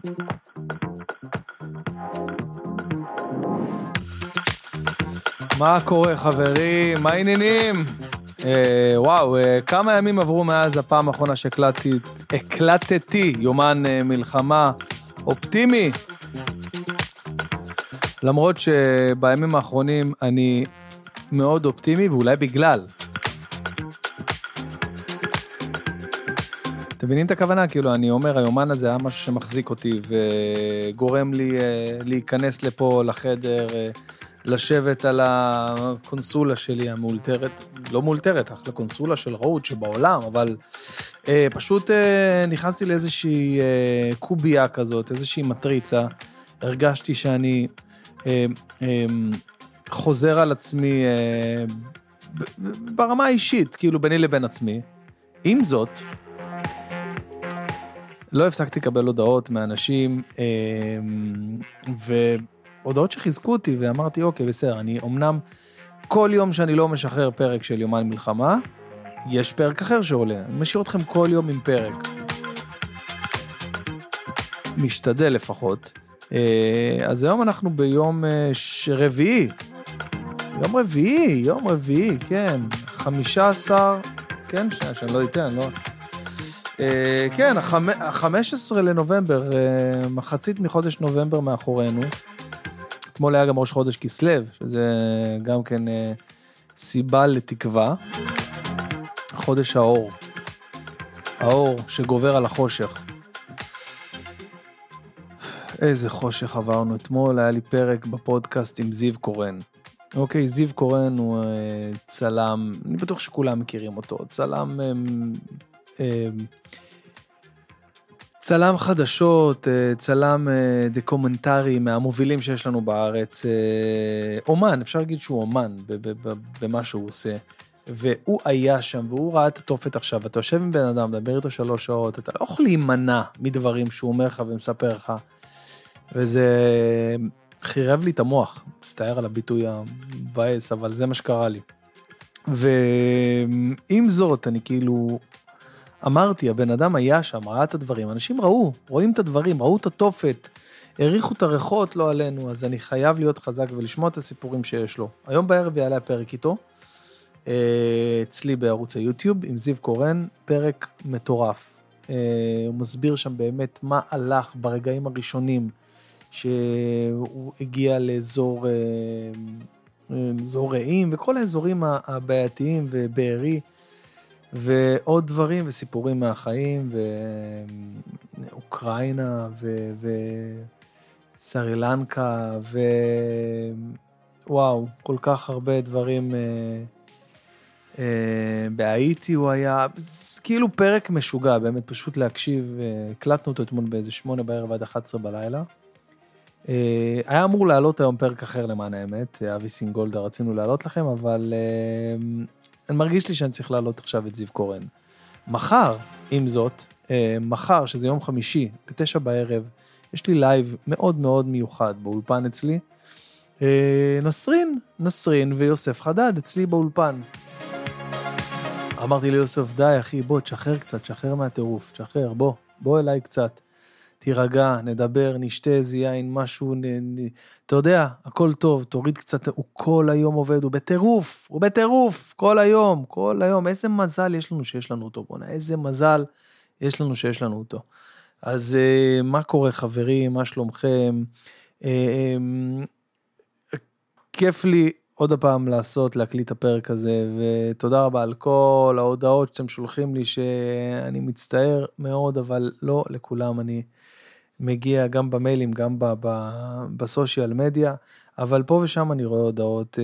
מה קורה חברים? מה העניינים? וואו, כמה ימים עברו מאז הפעם האחרונה שהקלטתי יומן מלחמה אופטימי. למרות שבימים האחרונים אני מאוד אופטימי, ואולי בגלל. אתם מבינים את הכוונה? כאילו אני אומר, היומן הזה היה משהו שמחזיק אותי, וגורם לי להיכנס לפה לחדר, לשבת על הקונסולה שלי המאולתרת, לא מאולתרת, אך לקונסולה של רעות שבעולם, אבל פשוט נכנסתי לאיזושהי קוביה כזאת, איזושהי מטריצה, הרגשתי שאני חוזר על עצמי ברמה האישית, כאילו ביני לבין עצמי. עם זאת, לא הפסקתי לקבל הודעות מאנשים, והודעות שחיזקו אותי, ואמרתי, אוקיי, בסדר, אני אומנם כל יום שאני לא משחרר פרק של יומן מלחמה, יש פרק אחר שעולה. אני משאיר אתכם כל יום עם פרק. משתדל לפחות. אז היום אנחנו ביום רביעי. יום רביעי, כן. 15, כן, שאני לא אתן, לא. כן, 15 לנובמבר, מחצית מחודש נובמבר מאחורינו. אתמול היה גם ראש חודש כסלב, שזה גם כן סיבה לתקווה. חודש האור. האור שגובר על החושך. איזה חושך עברנו אתמול, היה לי פרק בפודקאסט עם זיו קורן. אוקיי, זיו קורן הוא צלם, אני בטוח שכולם מכירים אותו, צלם חדשות, צלם דוקומנטרי מהמובילים שיש לנו בארץ, אומן, אפשר להגיד שהוא אומן במה שהוא עושה, והוא היה שם, והוא ראה את התופת עכשיו, אתה יושב עם בן אדם, מדבר איתו 3 שעות, אתה לא יכול להימנע מדברים שהוא אומר לך ומספר לך, וזה חירב לי את המוח, תסתער על הביטוי הבאס, אבל זה מה שקרה לי. ועם זאת, אני כאילו אמרתי, הבן אדם היה שם, ראה את הדברים, אנשים רואים את הדברים, ראו את התופת, העריכו את הריחות, לא עלינו, אז אני חייב להיות חזק ולשמוע את הסיפורים שיש לו. היום בערב יעלה הפרק איתו, אצלי בערוץ היוטיוב, עם זיו קורן, פרק מטורף. הוא מסביר שם באמת מה הלך ברגעים הראשונים, שהוא הגיע לאזור רעים, וכל האזורים הבעייתיים ובארי, ועוד דברים וסיפורים מהחיים, ואוקראינה, וסרילנקה, וואו, כל כך הרבה דברים, בהאיטי הוא היה, כאילו פרק משוגע, באמת פשוט להקשיב, הקלטנו אותו אתמול באיזה 8 בערב עד 11 בלילה, היה אמור לעלות היום פרק אחר למען האמת, אבי סינגולדה רצינו לעלות לכם, אבל אני מרגיש לי שאני צריך לעלות עכשיו את זיו קורן. מחר, עם זאת, מחר, שזה יום חמישי, ב9 בערב, יש לי לייב מאוד מאוד מיוחד באולפן אצלי, נסרין ויוסף חדד אצלי באולפן. אמרתי ליוסף, די אחי, בוא, תשחרר קצת, תשחרר מהטירוף, תשחרר, בוא אליי קצת. תירגע, נדבר, נשתה איזה יין, משהו, אתה יודע, הכל טוב, תוריד קצת, הוא כל היום עובד, הוא בטירוף, כל היום, איזה מזל יש לנו שיש לנו אותו, בונה, איזה מזל יש לנו שיש לנו אותו. אז מה קורה חברים, מה שלומכם? כיף לי עוד הפעם להקליט את הפרק הזה, ותודה רבה על כל ההודעות שאתם שולחים לי, שאני מצטער מאוד, אבל לא לכולם אני מגיע גם במיילים, גם בסושיאל מדיה, אבל פה ושם אני רואה הודעות,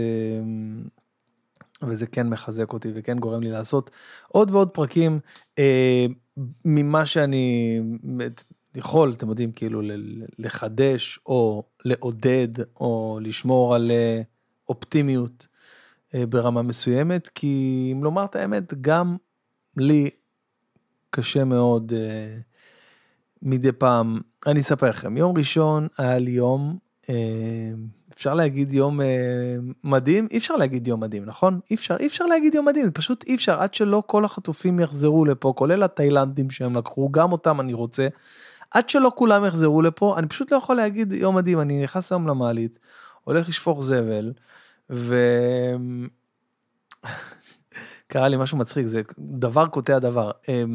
וזה כן מחזק אותי, וכן גורם לי לעשות עוד ועוד פרקים, ממה שאני יכול, אתם יודעים, כאילו לחדש, או לעודד, או לשמור על אופטימיות ברמה מסוימת, כי אם לומר את האמת, גם לי קשה מאוד מדי פעם. אני אספר לכם, יום ראשון היה לי יום, אפשר להגיד יום מדהים, אי אפשר להגיד יום מדהים, נכון? אי אפשר להגיד יום מדהים, פשוט אי אפשר, עד שלא כל החטופים יחזרו לפה, כולל התאילנדים שהם לקחו, גם אותם אני רוצה, עד שלא כולם יחזרו לפה, אני פשוט לא יכול להגיד, יום מדהים, אני נכנס היום למעלית, הולך לשפוך זבל, קרה לי משהו מצחיק, זה דבר קוטע דבר.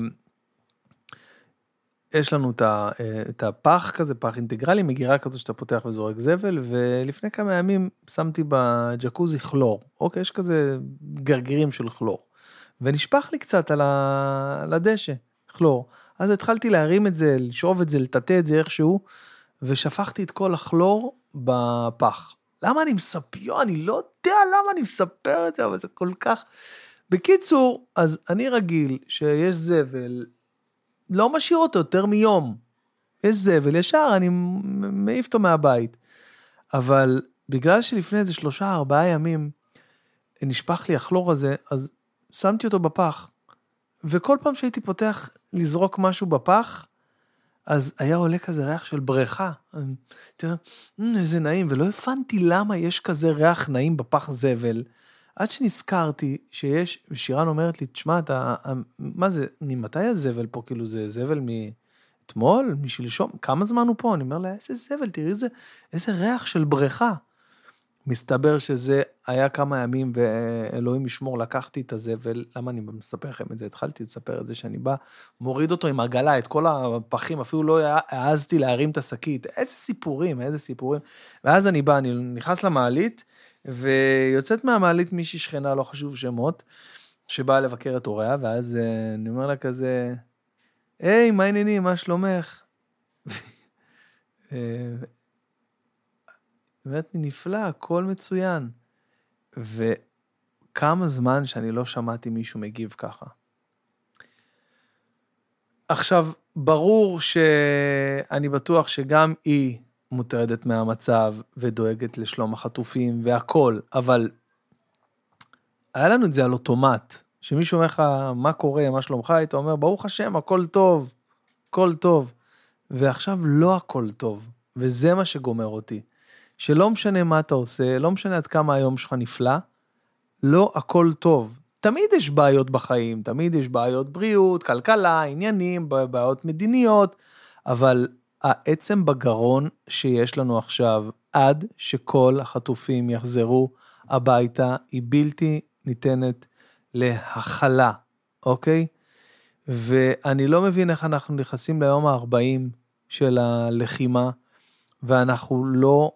יש לנו את הפח כזה, פח אינטגרלי, מגירה כזו שאתה פותח וזורק זבל, ולפני כמה ימים שמתי בג'קוזי כלור, אוקיי, יש כזה גרגירים של כלור, ונשפך לי קצת על הדשא, כלור. אז התחלתי להרים את זה, לשאוב את זה, לטטא את זה איכשהו, ושפכתי את כל הכלור בפח. למה אני מספר? אני לא יודע למה אני מספר את זה, אבל זה כל כך... בקיצור, אז אני רגיל שיש זבל, לא משאיר אותו יותר מיום. יש זבל, ישר אני מעיף אותו מהבית. אבל בגלל שלפני איזה 3-4 ימים, נשפך לי הכלור הזה, אז שמתי אותו בפח. וכל פעם שהייתי פותח לזרוק משהו בפח, אז היה עולה כזה ריח של בריכה. תראה, איזה נעים, ולא הבנתי למה יש כזה ריח נעים בפח זבל, עד שנזכרתי שיש, ושירן אומרת לי, תשמע, מה זה, ממתי הזבל פה, כאילו זה זבל מאתמול, משלשום, כמה זמן הוא פה? אני אומר לה, איזה זבל, תראי איזה ריח של בריכה. מסתבר שזה היה כמה ימים, ואלוהים ישמור, לקחתי את הזבל, למה אני מספר לכם את זה? התחלתי לספר את זה, שאני בא, מוריד אותו עם עגלה, את כל הפחים, אפילו לא העזתי להרים את השקית, איזה סיפורים, ואז אני בא, אני נכנס למעלית, ויוצאת מהמעלית מישהי שכנה, לא חשוב שמות, שבאה לבקר את הוריה, ואז אני אומר לה כזה, היי, מה העניינים, מה שלומך? באמת נפלא, הכל מצוין. וכמה זמן שאני לא שמעתי מישהו מגיב ככה. עכשיו, ברור שאני בטוח שגם היא מוטרדת מהמצב, ודואגת לשלום החטופים והכל, אבל היה לנו את זה על אוטומט, שמישהו אומר לך, מה קורה, מה שלומך, אתה אומר, ברוך השם, הכל טוב, הכל טוב, ועכשיו לא הכל טוב, וזה מה שגומר אותי, שלא משנה מה אתה עושה, לא משנה עד כמה היום שלך נפלא, לא הכל טוב, תמיד יש בעיות בחיים, תמיד יש בעיות בריאות, כלכלה, עניינים, בעיות מדיניות, אבל העצם בגרון שיש לנו עכשיו, עד שכל החטופים יחזרו הביתה, היא בלתי ניתנת להכלה, אוקיי? ואני לא מבין איך אנחנו נכנסים ליום ה-40 של הלחימה, ואנחנו לא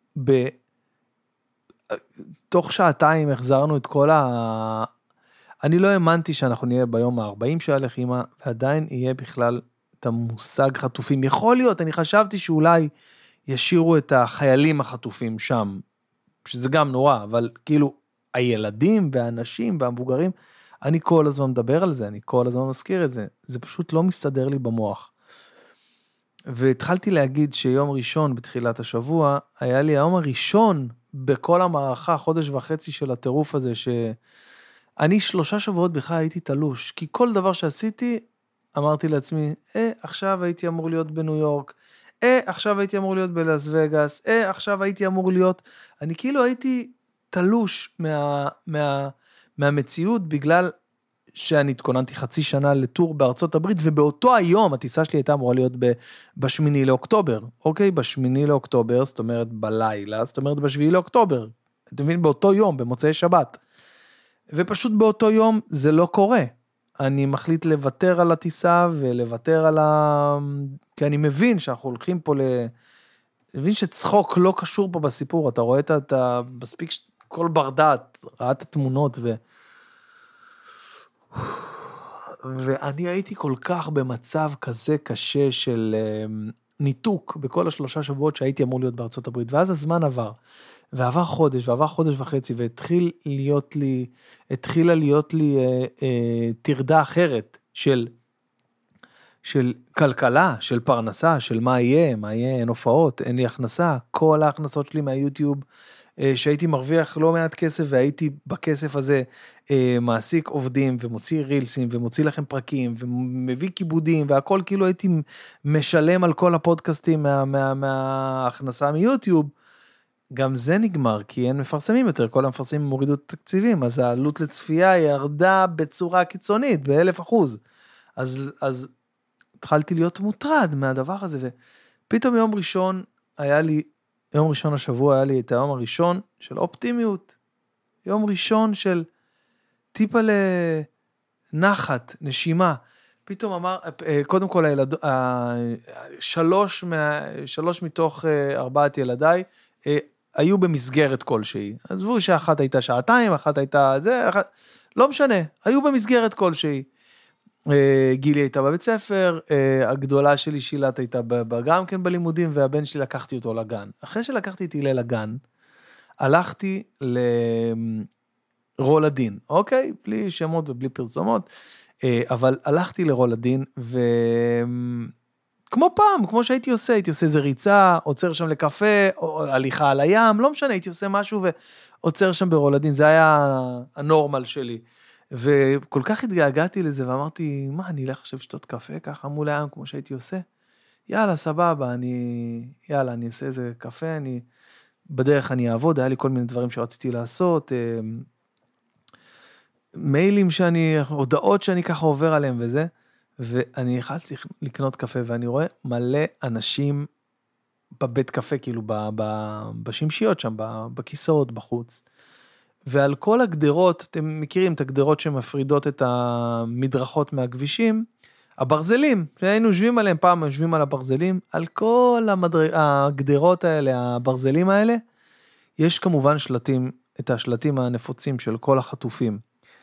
תוך שעתיים החזרנו את כל אני לא האמנתי שאנחנו נהיה ביום ה-40 של הלחימה, ועדיין יהיה בכלל את המושג חטופים. יכול להיות, אני חשבתי שאולי ישירו את החיילים החטופים שם, שזה גם נורא, אבל כאילו הילדים והאנשים והמבוגרים, אני כל הזמן מדבר על זה, אני כל הזמן מזכיר את זה, זה פשוט לא מסתדר לי במוח. והתחלתי להגיד שיום ראשון בתחילת השבוע, היה לי היום הראשון בכל המערכה, 1.5 חודש של הטירוף הזה, שאני 3 שבועות בכלל הייתי תלוש, כי כל דבר שעשיתי, אמרתי לעצמי, עכשיו הייתי אמור להיות בניו יורק, עכשיו הייתי אמור להיות בלאס וגאס, עכשיו הייתי אמור להיות, אני כאילו הייתי תלוש מהמציאות, בגלל שאני התכוננתי 0.5 שנה לטור בארצות הברית, ובאותו היום הטיסה שלי הייתה אמורה להיות ב8 לאוקטובר, אוקיי? ב8 לאוקטובר, זאת אומרת בלילה, זאת אומרת ב7 לאוקטובר, אתה מבין? באותו יום, במוצאי שבת, ופשוט באותו יום זה לא קורה, אני מחליט לוותר על הטיסה, ולוותר על כי אני מבין שאנחנו הולכים פה מבין שצחוק לא קשור פה בסיפור, אתה רואה את מספיק כל בר דעת, ראה את התמונות ואני הייתי כל כך במצב כזה קשה של ניתוק בכל 3 שבועות שהייתי אמור להיות בארצות הברית, ואז הזמן עבר, ועבר חודש, ועבר 1.5 חודש, והתחילה להיות לי תרדה אחרת של כלכלה, של פרנסה, של מה יהיה, אין הופעות, אין לי הכנסה, כל ההכנסות שלי מהיוטיוב, שהייתי מרוויח לא מעט כסף, והייתי בכסף הזה מעסיק עובדים, ומוציא רילסים, ומוציא לכם פרקים, ומביא כיבודים, והכל כאילו הייתי משלם על כל הפודקאסטים מההכנסה מיוטיוב, גם זה נגמר, כי אין מפרסמים יותר, כל המפרסמים מורידו את התקציבים, אז העלות לצפייה ירדה בצורה קיצונית, ב1,000%. אז התחלתי להיות מוטרד מהדבר הזה, ופתאום יום ראשון השבוע היה לי את היום הראשון של אופטימיות, יום ראשון של טיפה לנחת, נשימה, פתאום קודם כל שלוש מתוך 4 ילדיי, היו במסגרת כלשהי, עזבו שאחת הייתה שעתיים, אחת הייתה לא משנה, היו במסגרת כלשהי, גילי הייתה בבית ספר, הגדולה שלי שילת הייתה גם כן בלימודים, והבן שלי לקחתי אותו לגן. אחרי שלקחתי את הילה לגן, הלכתי לרולדין, אוקיי? בלי שמות ובלי פרסומות, אבל הלכתי לרולדין, כמו פעם, כמו שהייתי עושה איזה ריצה, עוצר שם לקפה, או הליכה על הים, לא משנה, הייתי עושה משהו ועוצר שם ברולדין, זה היה הנורמל שלי. וכל כך התגעגעתי לזה, ואמרתי, מה, אני אלך עכשיו שתות קפה, ככה מול הים, כמו שהייתי עושה? יאללה, סבבה, אני אעשה איזה קפה, בדרך אני אעבוד, היה לי כל מיני דברים שרציתי לעשות, מיילים הודעות שאני ככה עובר עליהם וזה, ואני נכנס לקנות קפה, ואני רואה מלא אנשים בבית קפה, כאילו בשמשיות שם, בכיסאות בחוץ, ועל כל הגדרות, אתם מכירים את הגדרות שמפרידות את המדרכות מהכבישים, הברזלים, שהיינו יושבים עליהם פעם, יושבים על הברזלים, על כל הגדרות האלה, הברזלים האלה, יש כמובן שלטים, את השלטים הנפוצים של כל החטופים.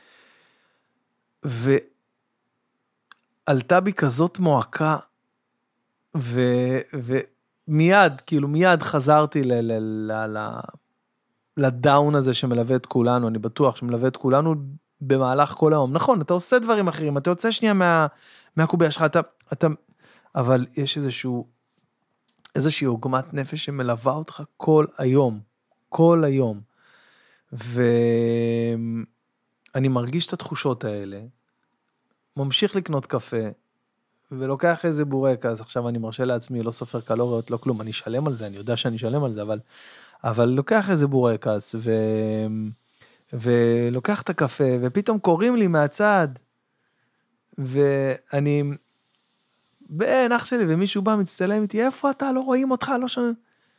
ועלתה בי כזאת מועקה, ומיד, כאילו מיד חזרתי לדאון הזה שמלווה את כולנו, אני בטוח שמלווה את כולנו במהלך כל היום. נכון, אתה עושה דברים אחרים, אתה יוצא שנייה מהקוביה שלך, אבל יש איזושהי עוגמת נפש שמלווה אותך כל היום. ואני מרגיש את התחושות האלה, ממשיך לקנות קפה, ולוקח איזה בורקס, עכשיו אני מרשה לעצמי, לא סופר קלוריות, לא כלום, אני אשלם על זה, אני יודע שאני אשלם על זה, אבל לוקח איזה בורקס, ולוקח את הקפה, ופתאום קוראים לי מהצד, ואני, אח שלי, ומישהו בא, מצטלם איתי, איפה אתה? לא רואים אותך, לא שומעים.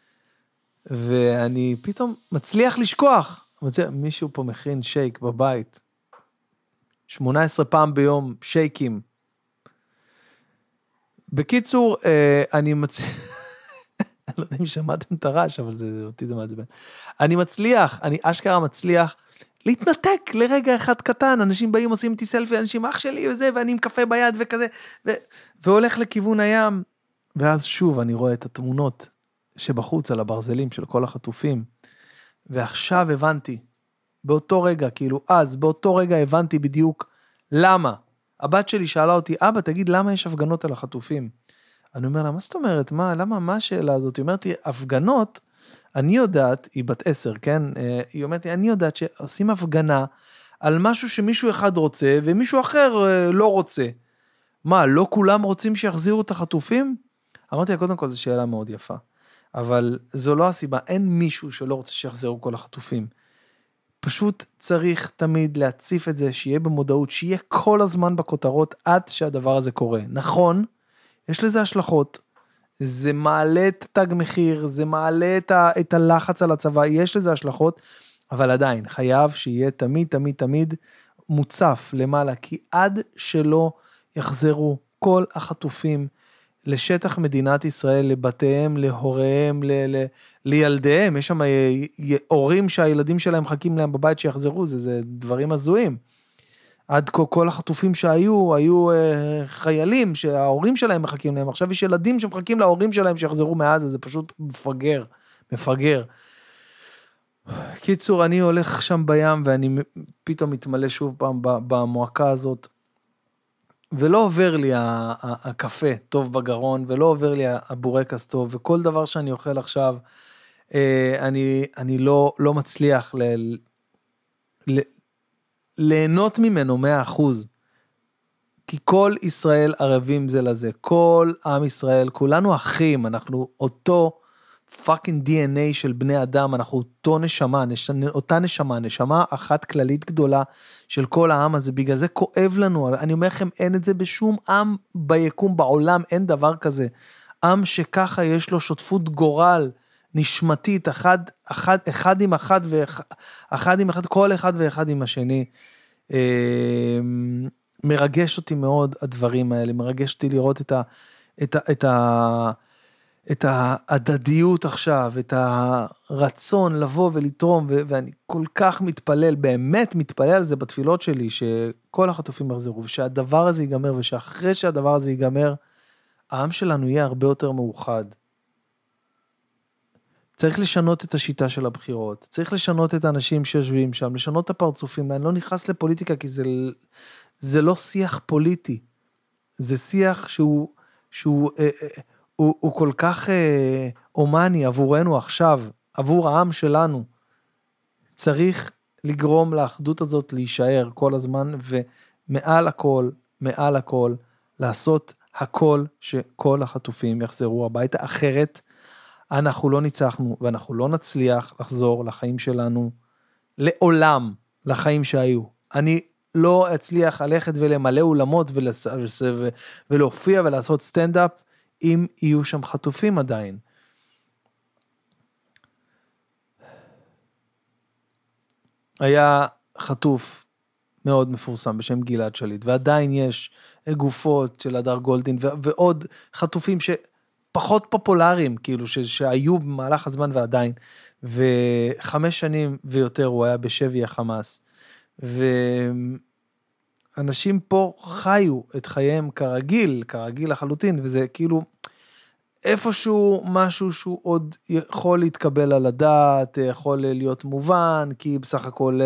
ואני פתאום מצליח לשכוח, מישהו פה מכין שייק בבית, 18 פעם ביום, שייקים. בקיצור, אני לא יודע אם שמעתם את הרעש, אבל אותי זה מעצבן. אני אשכרה מצליח להתנתק לרגע אחד קטן, אנשים באים עושים איתי סלפי, אנשים אח שלי וזה, ואני עם קפה ביד וכזה, והולך לכיוון הים, ואז שוב אני רואה את התמונות שבחוץ על הברזלים של כל החטופים, ועכשיו הבנתי, באותו רגע הבנתי בדיוק למה. הבת שלי שאלה אותי, אבא תגיד למה יש הפגנות על החטופים? אני אומר לה, מה זאת אומרת? מה השאלה הזאת? היא אומרת לי, הפגנות, אני יודעת, היא בת 10, כן? היא אומרת לי, אני יודעת שעושים הפגנה על משהו שמישהו אחד רוצה, ומישהו אחר לא רוצה. מה, לא כולם רוצים שיחזירו את החטופים? אמרתי לה, קודם כל, זו שאלה מאוד יפה. אבל זו לא הסיבה, אין מישהו שלא רוצה שיחזרו כל החטופים. פשוט צריך תמיד להציף את זה, שיהיה במודעות, שיהיה כל הזמן בכותרות, עד שהדבר הזה קורה. נכון, יש לזה השלכות, זה מעלה את תג מחיר, זה מעלה את הלחץ על הצבא, יש לזה השלכות, אבל עדיין חייב שיהיה תמיד מוצף למעלה, כי עד שלא יחזרו כל החטופים לשטח מדינת ישראל, לבתיהם, להוריהם, לילדיהם, יש שם הורים שהילדים שלהם מחכים להם בבית שיחזרו, זה דברים הזויים. עד כל החטופים היו חיילים שההורים שלהם מחכים להם, עכשיו יש ילדים שמחכים להורים שלהם שיחזרו מעזה, זה פשוט מפגר. קיצור, אני הולך שם בים, ואני פתאום מתמלא שוב פעם במועקה הזאת, ולא עובר לי הקפה טוב בגרון, ולא עובר לי הבורקס טוב, וכל דבר שאני אוכל עכשיו, אני לא מצליח ליהנות ממנו 100%, כי כל ישראל ערבים זה לזה, כל עם ישראל, כולנו אחים, אנחנו אותו פאקינג DNA של בני אדם, אנחנו אותה נשמה אחת כללית גדולה של כל העם הזה, בגלל זה כואב לנו, אני אומר לכם, אין את זה בשום עם ביקום בעולם, אין דבר כזה, עם שככה יש לו שותפות גורל, נשמתית, אחד עם אחד, כל אחד ואחד עם השני, מרגש אותי מאוד הדברים האלה, מרגש אותי לראות את ההדדיות עכשיו, את הרצון לבוא ולתרום, ואני כל כך מתפלל, באמת מתפלל על זה בתפילות שלי, שכל החטופים יחזרו, ושהדבר הזה ייגמר, ושאחרי שהדבר הזה ייגמר, העם שלנו יהיה הרבה יותר מאוחד. צריך לשנות את השיטה של הבחירות, צריך לשנות את האנשים שיושבים שם, לשנות את הפרצופים, אני לא נכנס לפוליטיקה, כי זה לא שיח פוליטי, זה שיח שהוא כל כך אומני עבורנו עכשיו, עבור העם שלנו, צריך לגרום לאחדות הזאת להישאר כל הזמן, ומעל הכל, לעשות הכל שכל החטופים יחזרו הביתה, אחרת אנחנו לא ניצחנו, ואנחנו לא נצליח לחזור לחיים שלנו, לעולם, לחיים שהיו. אני לא אצליח ללכת ולמלא אולמות, ולהופיע ולעשות סטנדאפ, אם יהיו שם חטופים עדיין. היה חטוף מאוד מפורסם בשם גלעד שליט, ועדיין יש גופות של הדר גולדין, ועוד חטופים שפחות פופולריים, כאילו שהיו במהלך הזמן ועדיין, 5 שנים ויותר הוא היה בשבי החמאס, אנשים פה חיו את חייהם כרגיל לחלוטין, וזה כאילו איפשהו משהו שהוא עוד יכול להתקבל על הדעת, יכול להיות מובן, כי בסך הכל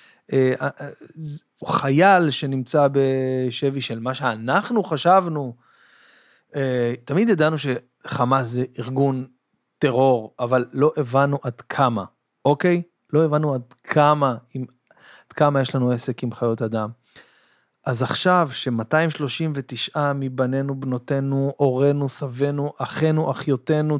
הוא חייל שנמצא בשבי של מה שאנחנו חשבנו, תמיד ידענו שחמאס זה ארגון טרור, אבל לא הבנו עד כמה, אוקיי? לא הבנו עד כמה יש לנו עסק עם חיות אדם. אז עכשיו ש239 מבנינו, בנותינו, הורינו, סבינו, אחינו, אחיותינו,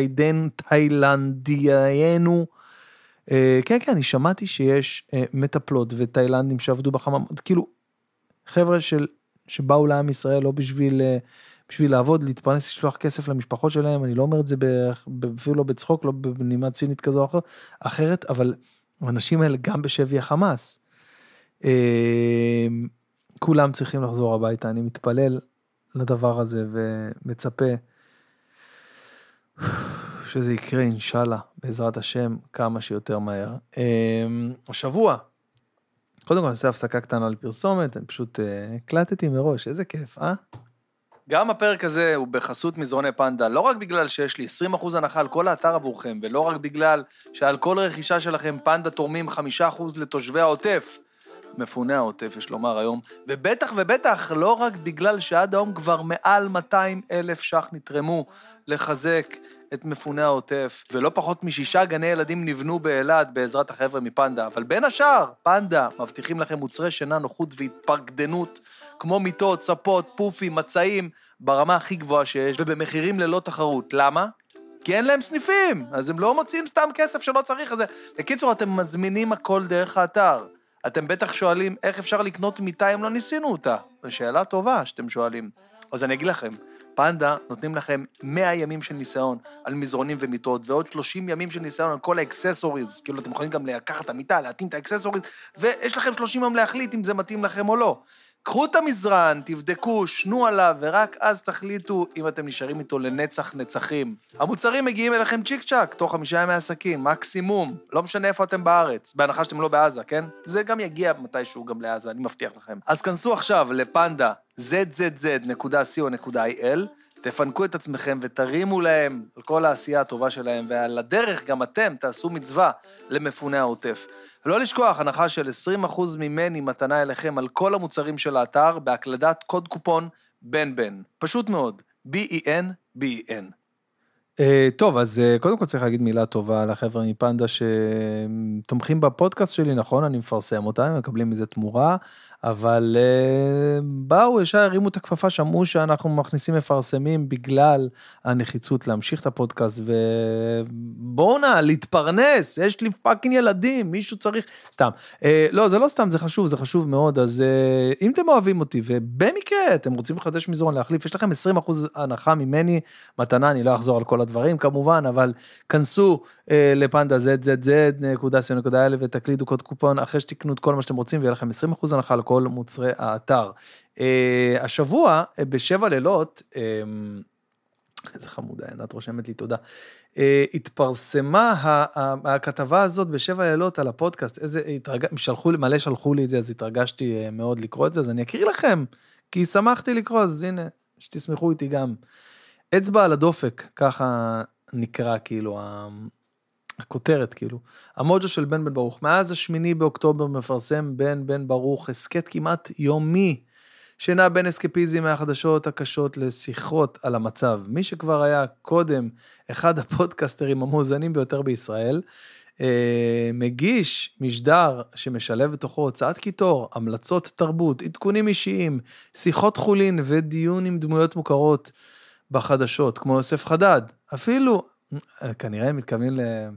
תאילנדיינו, כן, אני שמעתי שיש מטפלות ותאילנדים שעבדו בחממות, כאילו, חבר'ה שבאו לעם ישראל לא בשביל לעבוד, להתפרנס, לשלוח כסף למשפחות שלהם, אני לא אומר את זה אפילו לא בצחוק, לא בנימה צינית כזו או אחרת, אבל האנשים האלה גם בשבי החמאס, כולם צריכים לחזור הביתה, אני מתפלל לדבר הזה ומצפה שזה יקרה אינשאללה, בעזרת השם, כמה שיותר מהר. השבוע, קודם כל נעשה הפסקה קטנה על פרסומת, אני פשוט הקלטתי מראש, איזה כיף, גם הפרק הזה הוא בחסות מזרוני פנדה, לא רק בגלל שיש לי 20% הנחה על כל האתר עבורכם, ולא רק בגלל שעל כל רכישה שלכם פנדה תורמים 5% לתושבי העוטף, מפוני העוטף, יש לומר היום, ובטח לא רק בגלל שעד היום כבר מעל 200,000 ש"ח נתרמו לחזק את מפוני העוטף, ולא פחות מ6 גני ילדים נבנו באילת בעזרת החבר'ה מפנדה, אבל בין השאר, פנדה מבטיחים לכם מוצרי שינה, נוחות והתפקדנות, כמו מיטות, ספות, פופים, מצעים, ברמה הכי גבוהה שיש, ובמחירים ללא תחרות. למה? כי אין להם סניפים, אז הם לא מוציאים סתם כסף שלא צריך. אז בקיצור, אתם מזמינים הכל דרך האתר. אתם בטח שואלים, איך אפשר לקנות מיטה אם לא ניסינו אותה? זו שאלה טובה שאתם שואלים. אז אני אגיד לכם, פנדה נותנים לכם 100 ימים של ניסיון על מזרונים ומיטות, ועוד 30 ימים של ניסיון על כל האקססוריז, כאילו אתם יכולים גם לקחת את המיטה, להתאים את האקססוריז, ויש לכם 30 יום להחליט אם זה מתאים לכם או לא. קחו את המזרן, תבדקו, שנו עליו, ורק אז תחליטו אם אתם נשארים איתו לנצח נצחים. המוצרים מגיעים אליכם צ'יק צ'ק, תוך 5 ימי עסקים, מקסימום, לא משנה איפה אתם בארץ, בהנחה שאתם לא בעזה, כן? זה גם יגיע מתישהו גם לעזה, אני מבטיח לכם. אז כנסו עכשיו לפנדה, zzz.co.il, תפנקו את עצמכם ותרימו להם על כל העשייה הטובה שלהם, ועל הדרך גם אתם תעשו מצווה למפוני העוטף. לא לשכוח, הנחה של 20% ממני מתנה אליכם על כל המוצרים של האתר, בהקלדת קוד קופון בן. פשוט מאוד, BEN. טוב, אז קודם כל צריך להגיד מילה טובה לחבר'ה מפנדה שתומכים בפודקאסט שלי, נכון? אני מפרסם אותם, הם מקבלים מזה תמורה, אבל באו, ישר הרימו את הכפפה, שמעו שאנחנו מכניסים מפרסמים בגלל הנחיצות להמשיך את הפודקאסט, ובואו נא, להתפרנס, יש לי פאקינג ילדים, מישהו צריך, סתם. לא, זה לא סתם, זה חשוב מאוד, אז אם אתם אוהבים אותי, ובמקרה אתם רוצים לחדש מזרון להחליף, יש לכם 20% הנחה ממני, מתנה, אני לא אחזור על כל הדברים כמובן, אבל כנסו לפנדה zzz.co.il ותקלידו קוד קופון, אחרי שתקנו את כל מה שאתם רוצים, ויהיה לכם 20% הנחה על כל מוצרי האתר. השבוע, בשבע לילות, איזה חמודה, עינת רושמת לי, תודה. התפרסמה הכתבה הזאת בשבע לילות על הפודקאסט, שלחו לי את זה, אז התרגשתי מאוד לקרוא את זה, אז אני אקריא לכם, כי שמחתי לקרוא, אז הנה, שתשמחו איתי גם. אצבע על הדופק, ככה נקרא כאילו, הכותרת כאילו. המוג'ו של בן ברוך, מאז השמיני באוקטובר מפרסם בן ברוך, הסקט כמעט יומי, שנע בין אסקפיזם מהחדשות הקשות לשיחות על המצב. מי שכבר היה קודם אחד הפודקאסטרים המאוזנים ביותר בישראל, מגיש משדר שמשלב בתוכו הוצאת קיטור, המלצות תרבות, עדכונים אישיים, שיחות חולין ודיון עם דמויות מוכרות בחדשות, כמו יוסף חדד. אפילו, כנראה הם מתכוונים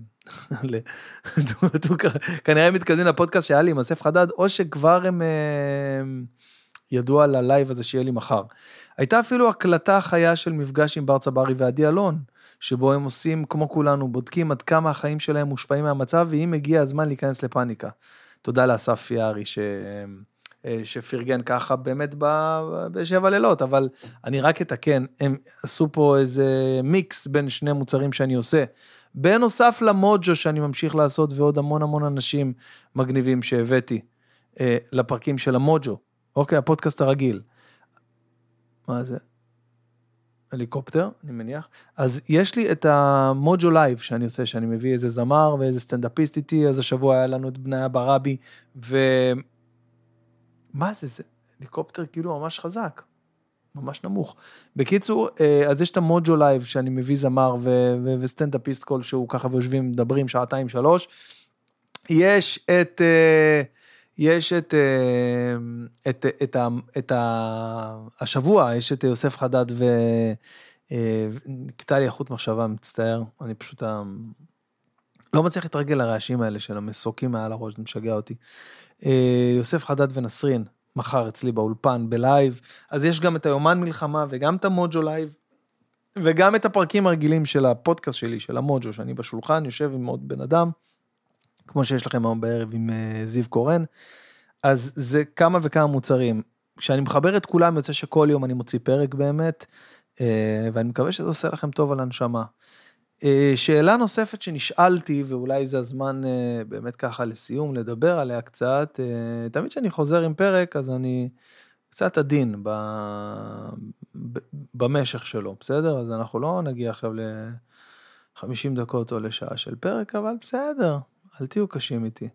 כנראה הם מתכוונים לפודקאסט שהיה לי עם יוסף חדד, או שכבר הם ידעו על הלייב הזה שיהיה לי מחר. הייתה אפילו הקלטה חיה של מפגש עם בר צברי ועדי אלון, שבו הם עושים כמו כולנו, בודקים עד כמה החיים שלהם מושפעים מהמצב, ואם הגיע הזמן להיכנס לפאניקה. תודה לאסף יערי שפרגן ככה באמת בשבע לילות, אבל אני רק אתקן, הם עשו פה איזה מיקס בין שני מוצרים שאני עושה, בנוסף למוג'ו שאני ממשיך לעשות, ועוד המון אנשים מגניבים שהבאתי לפרקים של המוג'ו, אוקיי, הפודקאסט הרגיל. מה זה? הליקופטר, אני מניח. אז יש לי את המוג'ו לייב שאני עושה, שאני מביא איזה זמר ואיזה סטנדאפיסט איתי, אז השבוע היה לנו את בניה ברבי, מה זה? זה הליקופטר כאילו ממש חזק, ממש נמוך. בקיצור, אז יש את המוג'ו לייב שאני מביא זמר וסטנדאפיסט כלשהו, ככה ויושבים, מדברים שעתיים, 3. יש את השבוע, יש את יוסף חדד וקטע לי החוט מחשבה, מצטער, אני פשוט לא מצליח להתרגל לרעשים האלה של המסוקים מעל הראש, זה משגע אותי. יוסף חדד ונסרין, מחר אצלי באולפן, בלייב, אז יש גם את היומן מלחמה, וגם את המוג'ו לייב, וגם את הפרקים הרגילים של הפודקאסט שלי, של המוג'ו, שאני בשולחן, יושב עם עוד בן אדם, כמו שיש לכם היום בערב עם זיו קורן, אז זה כמה וכמה מוצרים, כשאני מחבר את כולם, יוצא שכל יום אני מוציא פרק באמת, ואני מקווה שזה עושה לכם טוב על הנשמה. שאלה נוספת שנשאלתי, ואולי זה הזמן באמת ככה לסיום, לדבר עליה קצת, תמיד שאני חוזר עם פרק, אז אני קצת עדין במשך שלו, בסדר? אז אנחנו לא נגיע עכשיו ל-50 דקות או לשעה של פרק, אבל בסדר, אל תהיו קשים איתי.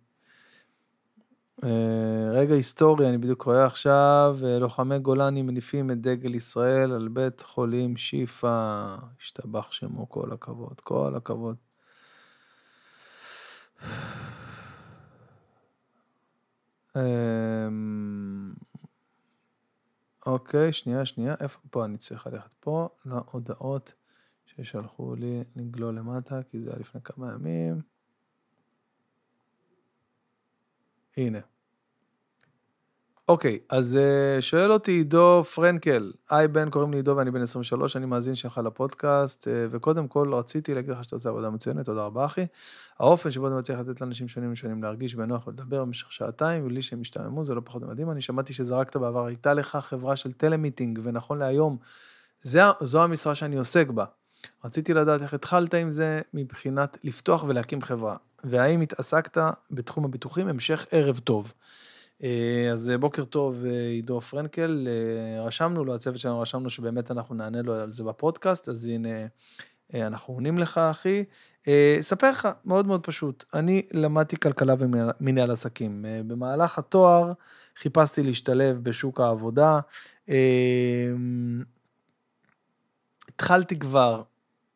רגע היסטורי, אני בדיוק רואה עכשיו, לוחמי גולני מניפים את דגל ישראל על בית חולים שיפה, השתבח שמו, כל הכבוד, כל הכבוד. אוקיי, שנייה, איפה פה אני צריך ללכת פה, להודעות ששלחו לי, נגלול למטה, כי זה היה לפני כמה ימים. הנה. אוקיי, אז שואל אותי עידו פרנקל, היי בן, קוראים לי עידו ואני בן 23, אני מאזין שלך לפודקאסט, וקודם כל רציתי להגיד לך שאתה עושה עבודה מצוינת, תודה רבה אחי. האופן שבו אתה מצליח לתת לאנשים שונים להרגיש בנוח ולדבר במשך שעתיים, ולי שהם משתעממו, זה לא פחות מדהים, אני שמעתי שזרקת בעבר, הייתה לך חברה של טלמיטינג, ונכון להיום, זו המשרה שאני עוסק בה. רציתי לדעת איך התחלת עם זה מבחינת לפתוח ולהקים חברה, והאם התעסקת בתחום הביטוחים, המשך ערב טוב. אז בוקר טוב עידו פרנקל, רשמנו לו, הצוות שלנו רשמנו שבאמת אנחנו נענה לו על זה בפודקאסט, אז הנה אנחנו עונים לך אחי. ספר לך, מאוד מאוד פשוט, אני למדתי כלכלה ומנהל עסקים, במהלך התואר חיפשתי להשתלב בשוק העבודה, התחלתי כבר,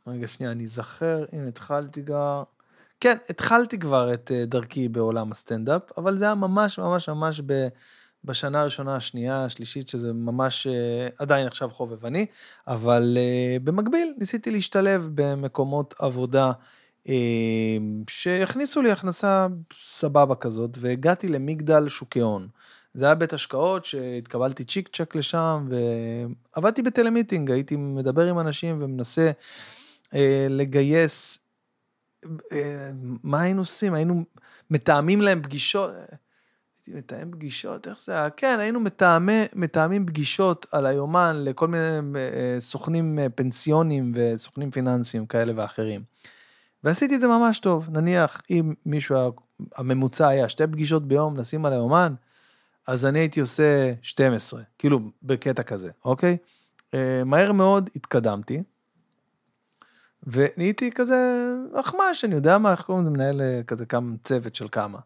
רגע שנייה, אני זכר אם התחלתי כבר, כן, התחלתי כבר את דרכי בעולם הסטנדאפ, אבל זה היה ממש ממש ממש בשנה הראשונה, השנייה, השלישית, שזה ממש עדיין עכשיו חובבני, אבל במקביל ניסיתי להשתלב במקומות עבודה, שהכניסו לי הכנסה סבבה כזאת, והגעתי למגדל שוקי הון. זה היה בית השקעות שהתקבלתי צ'יק צ'ק לשם, ועבדתי בטלמיטינג, הייתי מדבר עם אנשים ומנסה לגייס, מה היינו עושים? היינו מתאמים להם פגישות, הייתי מתאם פגישות, איך זה היה? כן, היינו מתאמים פגישות על היומן לכל מיני סוכנים פנסיונים וסוכנים פיננסיים כאלה ואחרים. ועשיתי את זה ממש טוב, נניח אם מישהו, הממוצע היה 2 פגישות ביום, נשים על היומן, אז אני הייתי עושה 12, כאילו בקטע כזה, אוקיי? מהר מאוד התקדמתי, ונהייתי כזה אחמש, אני יודע מה, איך קוראים לזה, מנהל כזה כמה צוות של כמה.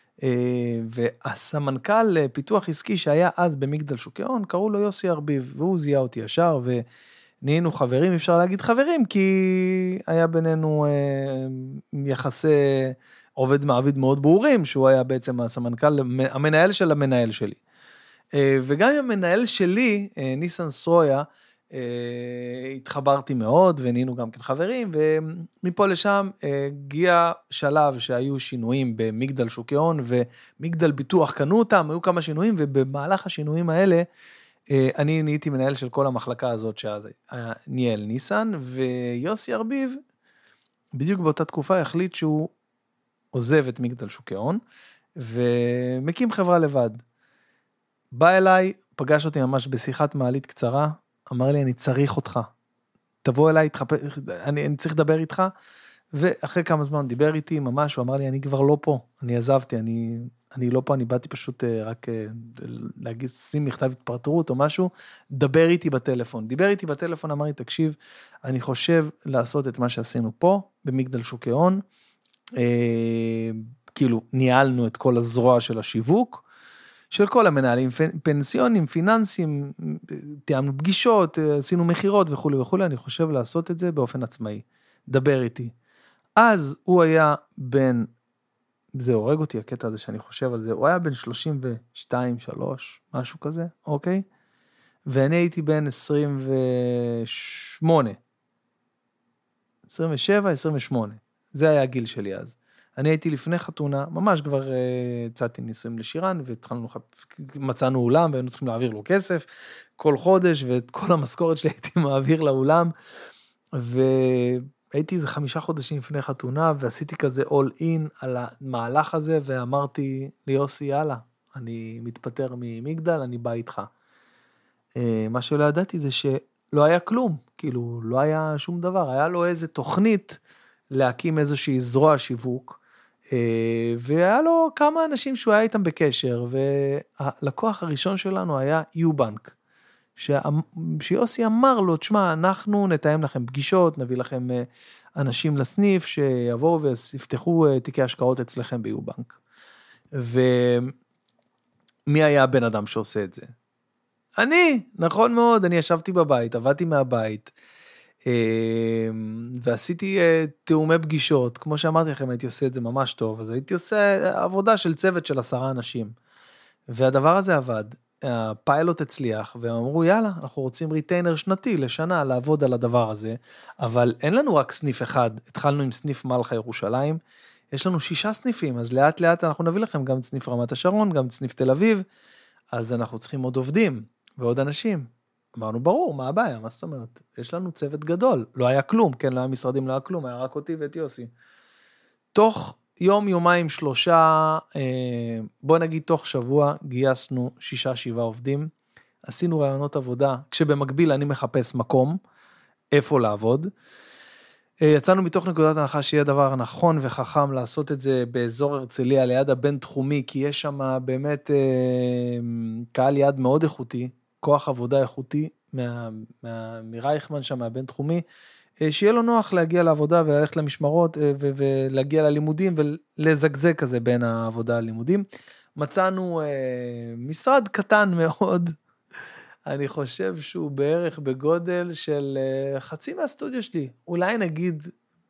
והסמנכ"ל פיתוח עסקי שהיה אז במגדל שוקי הון, קראו לו יוסי ארביב, והוא זיהה אותי ישר, ונהיינו חברים, אפשר להגיד חברים, כי היה בינינו יחסי עובד מעביד מאוד ברורים, שהוא היה בעצם הסמנכ"ל, המנהל של המנהל שלי. וגם עם המנהל שלי, ניסן סרויה, התחברתי מאוד, ונהיינו גם כן חברים, ומפה לשם הגיע שלב שהיו שינויים במגדל שוקי הון, ומגדל ביטוח קנו אותם, היו כמה שינויים, ובמהלך השינויים האלה, אני נהייתי מנהל של כל המחלקה הזאת, שאז ניהל ניסן, ויוסי ארביב, בדיוק באותה תקופה, החליט שהוא עוזב את מגדל שוקי הון, ומקים חברה לבד. בא אליי, פגש אותי ממש בשיחת מעלית קצרה, אמר לי, אני צריך אותך, תבוא אליי, אני צריך לדבר איתך, ואחרי כמה זמן דיבר איתי ממש, הוא אמר לי, אני כבר לא פה, אני עזבתי, אני לא פה, אני באתי פשוט רק להגיד, שים מכתב התפטרות או משהו, דבר איתי בטלפון, דיבר איתי בטלפון, אמר לי, תקשיב, אני חושב לעשות את מה שעשינו פה, במגדל שוקי הון, כאילו ניהלנו את כל הזרוע של השיווק, של כל המנהלים, פנסיונים, פיננסים, תיאמנו פגישות, עשינו מחירות וכו' וכו', אני חושב לעשות את זה באופן עצמאי, דבר איתי. אז הוא היה בין, זה הורג אותי הקטע הזה שאני חושב על זה, הוא היה בין 32, 3, משהו כזה, אוקיי? ואני הייתי בין 28, 27, 28, זה היה הגיל שלי אז. אני הייתי לפני חתונה, ממש כבר הצעתי נישואים לשירן, מצאנו אולם, והיינו צריכים להעביר לו כסף, כל חודש, ואת כל המשכורת שלי הייתי מעביר לאולם, והייתי איזה 5 חודשים לפני חתונה, ועשיתי כזה all in על המהלך הזה, ואמרתי ליוסי, יאללה, אני מתפטר ממגדל, אני בא איתך. מה שלא ידעתי זה שלא היה כלום, כאילו לא היה שום דבר, היה לו איזה תוכנית להקים איזושהי זרוע שיווק, והיה לו כמה אנשים שהוא היה איתם בקשר, והלקוח הראשון שלנו היה יובנק, שיוסי אמר לו, תשמע, אנחנו נתאם לכם פגישות, נביא לכם אנשים לסניף, שיבואו ויפתחו תיקי השקעות אצלכם ביובנק. ומי היה הבן אדם שעושה את זה? אני, נכון מאוד, אני ישבתי בבית, עבדתי מהבית, ועשיתי תאומי פגישות, כמו שאמרתי לכם, הייתי עושה את זה ממש טוב, אז הייתי עושה עבודה של צוות של 10 אנשים, והדבר הזה עבד, הפיילוט הצליח, והם אמרו, יאללה, אנחנו רוצים ריטיינר שנתי לשנה לעבוד על הדבר הזה, אבל אין לנו רק סניף אחד, התחלנו עם סניף מלכה ירושלים, יש לנו 6 סניפים, אז לאט לאט אנחנו נביא לכם גם את סניף רמת השרון, גם את סניף תל אביב, אז אנחנו צריכים עוד עובדים ועוד אנשים. אמרנו, ברור, מה הבעיה? מה זאת אומרת? יש לנו צוות גדול, לא היה כלום, כן, לא היה משרדים, לא היה כלום, היה רק אותי ואת יוסי. תוך יום, יומיים, 3, בוא נגיד תוך שבוע, גייסנו 6-7 עובדים, עשינו רעיונות עבודה, כשבמקביל אני מחפש מקום, איפה לעבוד, יצאנו מתוך נקודת הנחה שיהיה דבר נכון וחכם לעשות את זה באזור הרצליה, ליד הבין תחומי, כי יש שם באמת קהל יעד מאוד איכותי, כוח עבודה איכותי מרייכמן שם, מהבין תחומי, שיהיה לו נוח להגיע לעבודה וללכת למשמרות ולהגיע ללימודים ולזגזג כזה בין העבודה ללימודים. מצאנו משרד קטן מאוד, אני חושב שהוא בערך בגודל של חצי מהסטודיו שלי. אולי נגיד,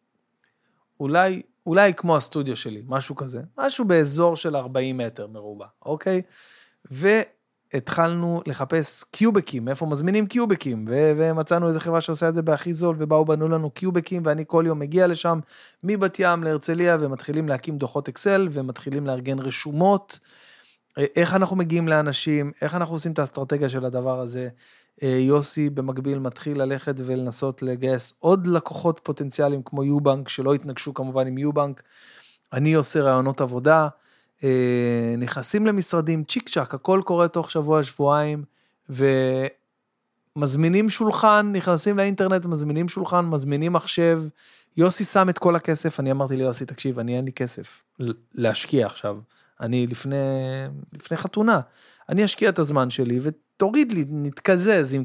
אולי כמו הסטודיו שלי, משהו כזה. משהו באזור של 40 מטר מרובע, אוקיי? והתחלנו לחפש קיובקים, איפה מזמינים קיובקים, ומצאנו איזה חברה שעושה את זה בהכי זול, ובאו בנו לנו קיובקים, ואני כל יום מגיע לשם, מבת ים להרצליה, ומתחילים להקים דוחות אקסל, ומתחילים לארגן רשומות, איך אנחנו מגיעים לאנשים, איך אנחנו עושים את האסטרטגיה של הדבר הזה. יוסי במקביל מתחיל ללכת ולנסות לגייס עוד לקוחות פוטנציאליים כמו יובנק, שלא התנגשו כמובן עם יובנק. אני עושה רעיונות עבודה, נכנסים למשרדים, צ'יק צ'ק, הכל קורה תוך שבוע, שבועיים, ומזמינים שולחן, נכנסים לאינטרנט, מזמינים שולחן, מזמינים מחשב, יוסי שם את כל הכסף, אני אמרתי לי, יוסי, תקשיב, אין לי כסף להשקיע עכשיו, אני לפני חתונה, אני אשקיע את הזמן שלי, ותוריד לי, נתקזז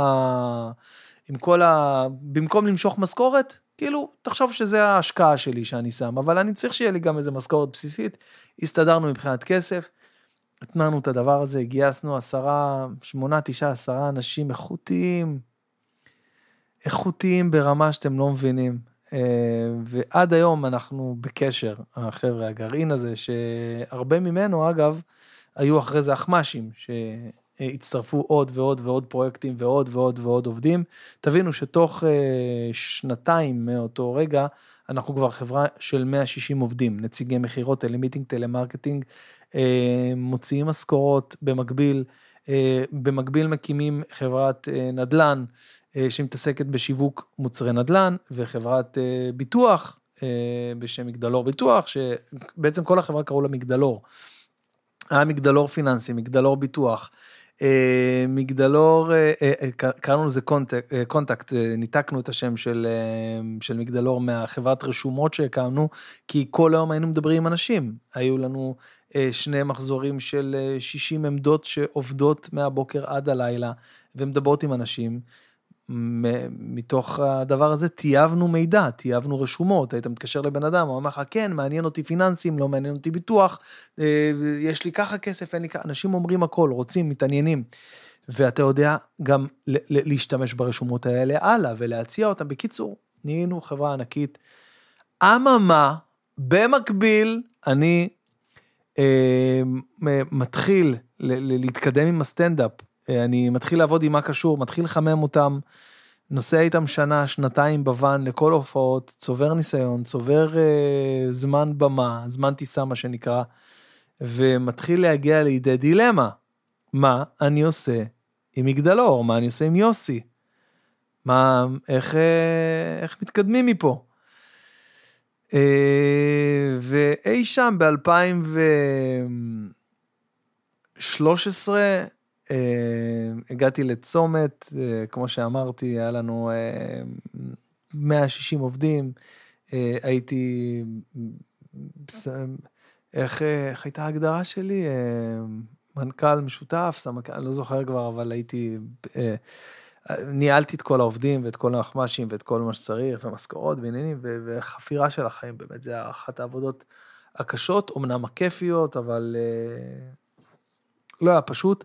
במקום למשוך משכורת, כאילו, תחשוב שזה ההשקעה שלי שאני שם, אבל אני צריך שיהיה לי גם איזה משכורת בסיסית, הסתדרנו מבחינת כסף, התנענו את הדבר הזה, גייסנו 8, 9, 10 אנשים איכותיים ברמה שאתם לא מבינים, ועד היום אנחנו בקשר, החבר'ה, הגרעין הזה, שהרבה ממנו, אגב, היו אחרי זה אחמשים, שהצטרפו עוד ועוד ועוד פרויקטים, ועוד ועוד ועוד עובדים, תבינו שתוך 2 מאותו רגע, אנחנו כבר חברה של 160 עובדים, נציגי מחירות, טלמיטינג, טלמרקטינג, מוציאים משכורות במקביל מקימים חברת נדל"ן, שמתעסקת בשיווק מוצרי נדל"ן, וחברת ביטוח, בשם מגדלור ביטוח, שבעצם כל החברה קראו לה מגדלור. היה מגדלור פיננסי, מגדלור ביטוח, מגדלור, קראנו לזה קונטקט, ניתקנו את השם של מגדלור מהחברת רשומות שהקמנו, כי כל היום היינו מדברים עם אנשים, היו לנו 2 מחזורים של 60 עמדות שעובדות מהבוקר עד הלילה, ומדברות עם אנשים, מתוך הדבר הזה טייבנו מידע, טייבנו רשומות, היית מתקשר לבן אדם, הוא אמר לך, כן, מעניין אותי פיננסים, לא מעניין אותי ביטוח, יש לי ככה כסף, אין לי ככה, אנשים אומרים הכל, רוצים, מתעניינים, ואתה יודע גם להשתמש ברשומות האלה הלאה, ולהציע אותם, בקיצור, נהיינו חברה ענקית, אממה, במקביל, אני מתחיל להתקדם עם הסטנדאפ, אני מתחיל לעבוד עם מה קשור, מתחיל לחמם אותם, נוסע איתם שנה, 2 בוון לכל הופעות, צובר ניסיון, צובר זמן במה, זמן טיסה מה שנקרא, ומתחיל להגיע לידי דילמה, מה אני עושה עם מגדלור, מה אני עושה עם יוסי, איך מתקדמים מפה, ואי שם ב-2013, הגעתי לצומת, כמו שאמרתי, היה לנו 160 עובדים, הייתי, איך הייתה ההגדרה שלי? מנכ"ל משותף, אני לא זוכר כבר, אבל הייתי, ניהלתי את כל העובדים, ואת כל האחמ"שים, ואת כל מה שצריך, ומשכורות, ועניינים, וחפירה של החיים, באמת, זה אחת העבודות הקשות, אמנם הכיפיות, אבל לא היה פשוט,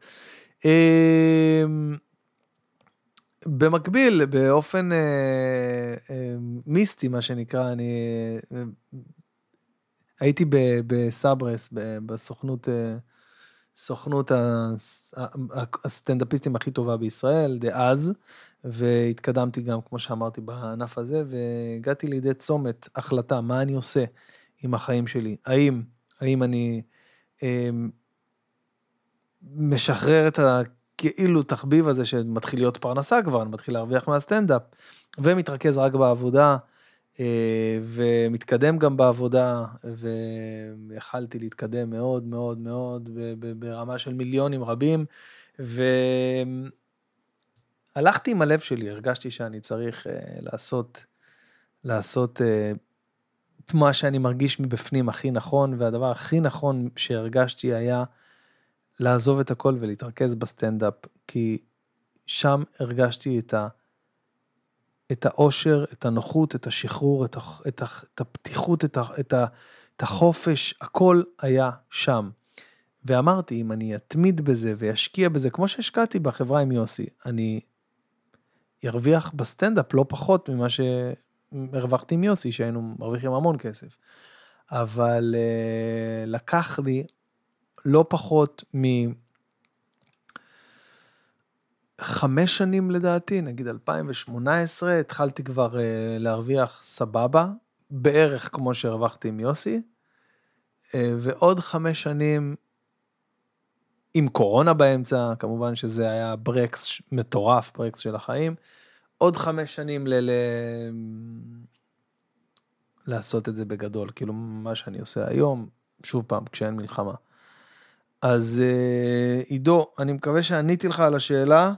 במקביל, באופן מיסטי, מה שנקרא, אני הייתי בסברס, בסוכנות הסטנדאפיסטים הכי טובה בישראל, דאז, והתקדמתי גם, כמו שאמרתי, בענף הזה, והגעתי לידי צומת, החלטה, מה אני עושה עם החיים שלי, האם אני משחרר את כאילו תחביב הזה שמתחיל להיות פרנסה כבר, אני מתחיל להרוויח מהסטנדאפ, ומתרכז רק בעבודה, ומתקדם גם בעבודה, ויכלתי להתקדם מאוד מאוד מאוד, ברמה של מיליונים רבים, והלכתי עם הלב שלי, הרגשתי שאני צריך לעשות את מה שאני מרגיש מבפנים הכי נכון, והדבר הכי נכון שהרגשתי היה, לעזוב את הכל ולהתרכז בסטנדאפ, כי שם הרגשתי את האושר, את הנוחות, את השחרור, את הפתיחות, את החופש, הכל היה שם. ואמרתי, אם אני אתמיד בזה וישקיע בזה, כמו שהשקעתי בחברה עם יוסי, אני ירוויח בסטנדאפ לא פחות ממה שהרווחתי עם יוסי, שהיינו מרוויחים המון כסף. אבל לקח לי לא פחות מ5 שנים לדעתי, נגיד 2018, התחלתי כבר להרוויח סבבה, בערך כמו שהרווחתי עם יוסי, ועוד 5 שנים עם קורונה באמצע, כמובן שזה היה ברקס מטורף, ברקס של החיים, עוד 5 שנים לעשות את זה בגדול, כאילו מה שאני עושה היום, שוב פעם, כשאין מלחמה. אז עידו, אני מקווה שעניתי לך על השאלה,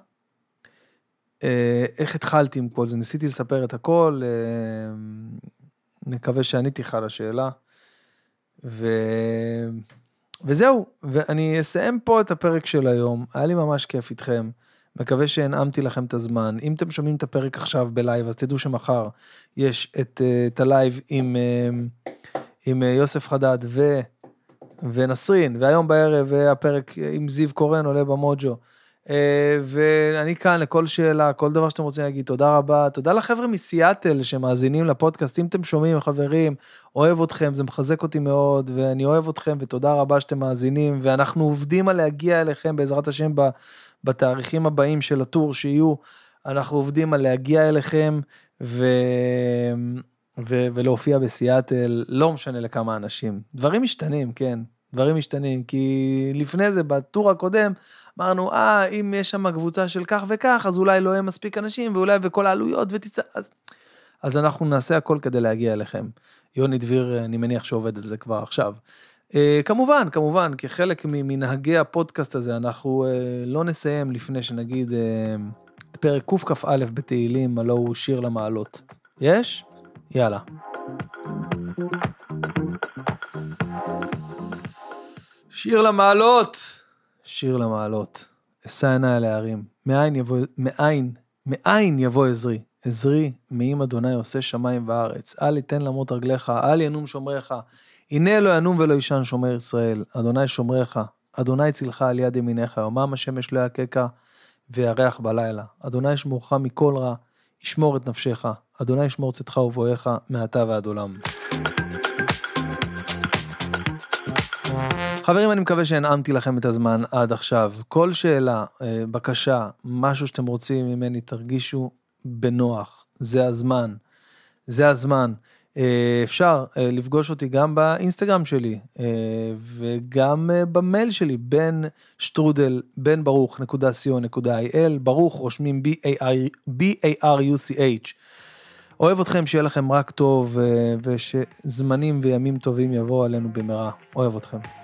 איך התחלתי עם כל זה, ניסיתי לספר את הכל, נקווה שעניתי לך על השאלה, וזהו, ואני אסיים פה את הפרק של היום, היה לי ממש כיף איתכם, מקווה שהנעמתי לכם את הזמן, אם אתם שומעים את הפרק עכשיו בלייב, אז תדעו שמחר יש את הלייב עם יוסף חדד ונסרין, והיום בערב הפרק עם זיו קורן עולה במוג'ו, ואני כאן לכל שאלה, כל דבר שאתם רוצים להגיד, תודה רבה, תודה לחבר'ה מסיאטל שמאזינים לפודקאסט, אם אתם שומעים חברים, אוהב אתכם, זה מחזק אותי מאוד, ואני אוהב אתכם, ותודה רבה שאתם מאזינים, ואנחנו עובדים על להגיע אליכם בעזרת השם בתאריכים הבאים של הטור שיהיו, אנחנו עובדים על להגיע אליכם, ולהופיע בסיאטל, לא משנה לכמה אנשים, דברים משתנים, כן, דברים משתנים, כי לפני זה, בטור הקודם, אמרנו, אם יש שם קבוצה של כך וכך, אז אולי לא יהיה מספיק אנשים, ואולי וכל העלויות, אז אנחנו נעשה הכל כדי להגיע אליכם. יוני דביר, אני מניח שעובד על זה כבר עכשיו. כמובן, כחלק ממנהגי הפודקאסט הזה, אנחנו לא נסיים לפני שנגיד, את פרק קכ"א בתהילים, הלא הוא שיר למעלות. יש? יאללה. שיר למעלות, שיר למעלות, אשא עיני אל ההרים, מאין יבוא עזרי, עזרי מעם אדוני עושה שמיים וארץ, אל יתן למות רגליך, אל ינום שומריך, הנה לא ינום ולא ישן שומר ישראל, אדוני שומריך, אדוני צילך על יד ימינך, יומם השמש לא יקקה וירח בלילה, אדוני שמורך מכל רע, ישמור את נפשך, אדוני ישמור צאתך ובואך מעתה ועד עולם. חברים, אני מקווה שהנעמתי לכם את הזמן עד עכשיו. כל שאלה, בקשה, משהו שאתם רוצים ממני, תרגישו בנוח. זה הזמן. זה הזמן. אפשר לפגוש אותי גם באינסטגרם שלי, וגם במייל שלי, ben@barukh.co.il, ברוך רושמים B-A-R-U-C-H. אוהב אתכם, שיהיה לכם רק טוב, ושזמנים וימים טובים יבואו עלינו במהרה. אוהב אתכם.